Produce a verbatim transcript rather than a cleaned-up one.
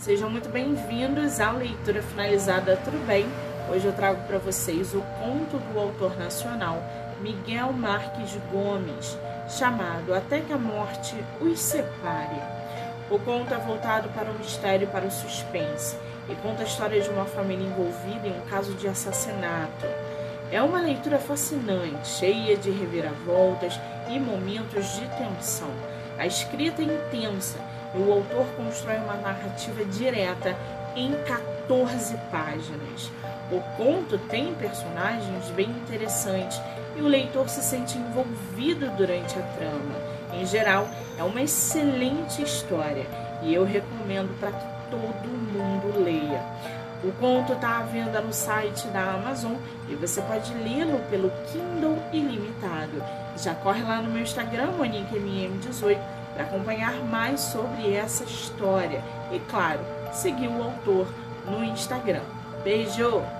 Sejam muito bem-vindos à leitura finalizada, tudo bem? Hoje eu trago para vocês o conto do autor nacional Miguel Marques Gomes, chamado Até que a Morte os Separe. O conto é voltado para o mistério e para o suspense e conta a história de uma família envolvida em um caso de assassinato. É uma leitura fascinante, cheia de reviravoltas e momentos de tensão. A escrita é intensa e o autor constrói uma narrativa direta em quatorze páginas. O conto tem personagens bem interessantes e o leitor se sente envolvido durante a trama. Em geral, é uma excelente história e eu recomendo para que todo mundo leia. O conto está à venda no site da Amazon e você pode lê-lo pelo Kindle Ilimitado. Já corre lá no meu Instagram, Monique M M dezoito, para acompanhar mais sobre essa história. E claro, seguir o autor no Instagram. Beijo!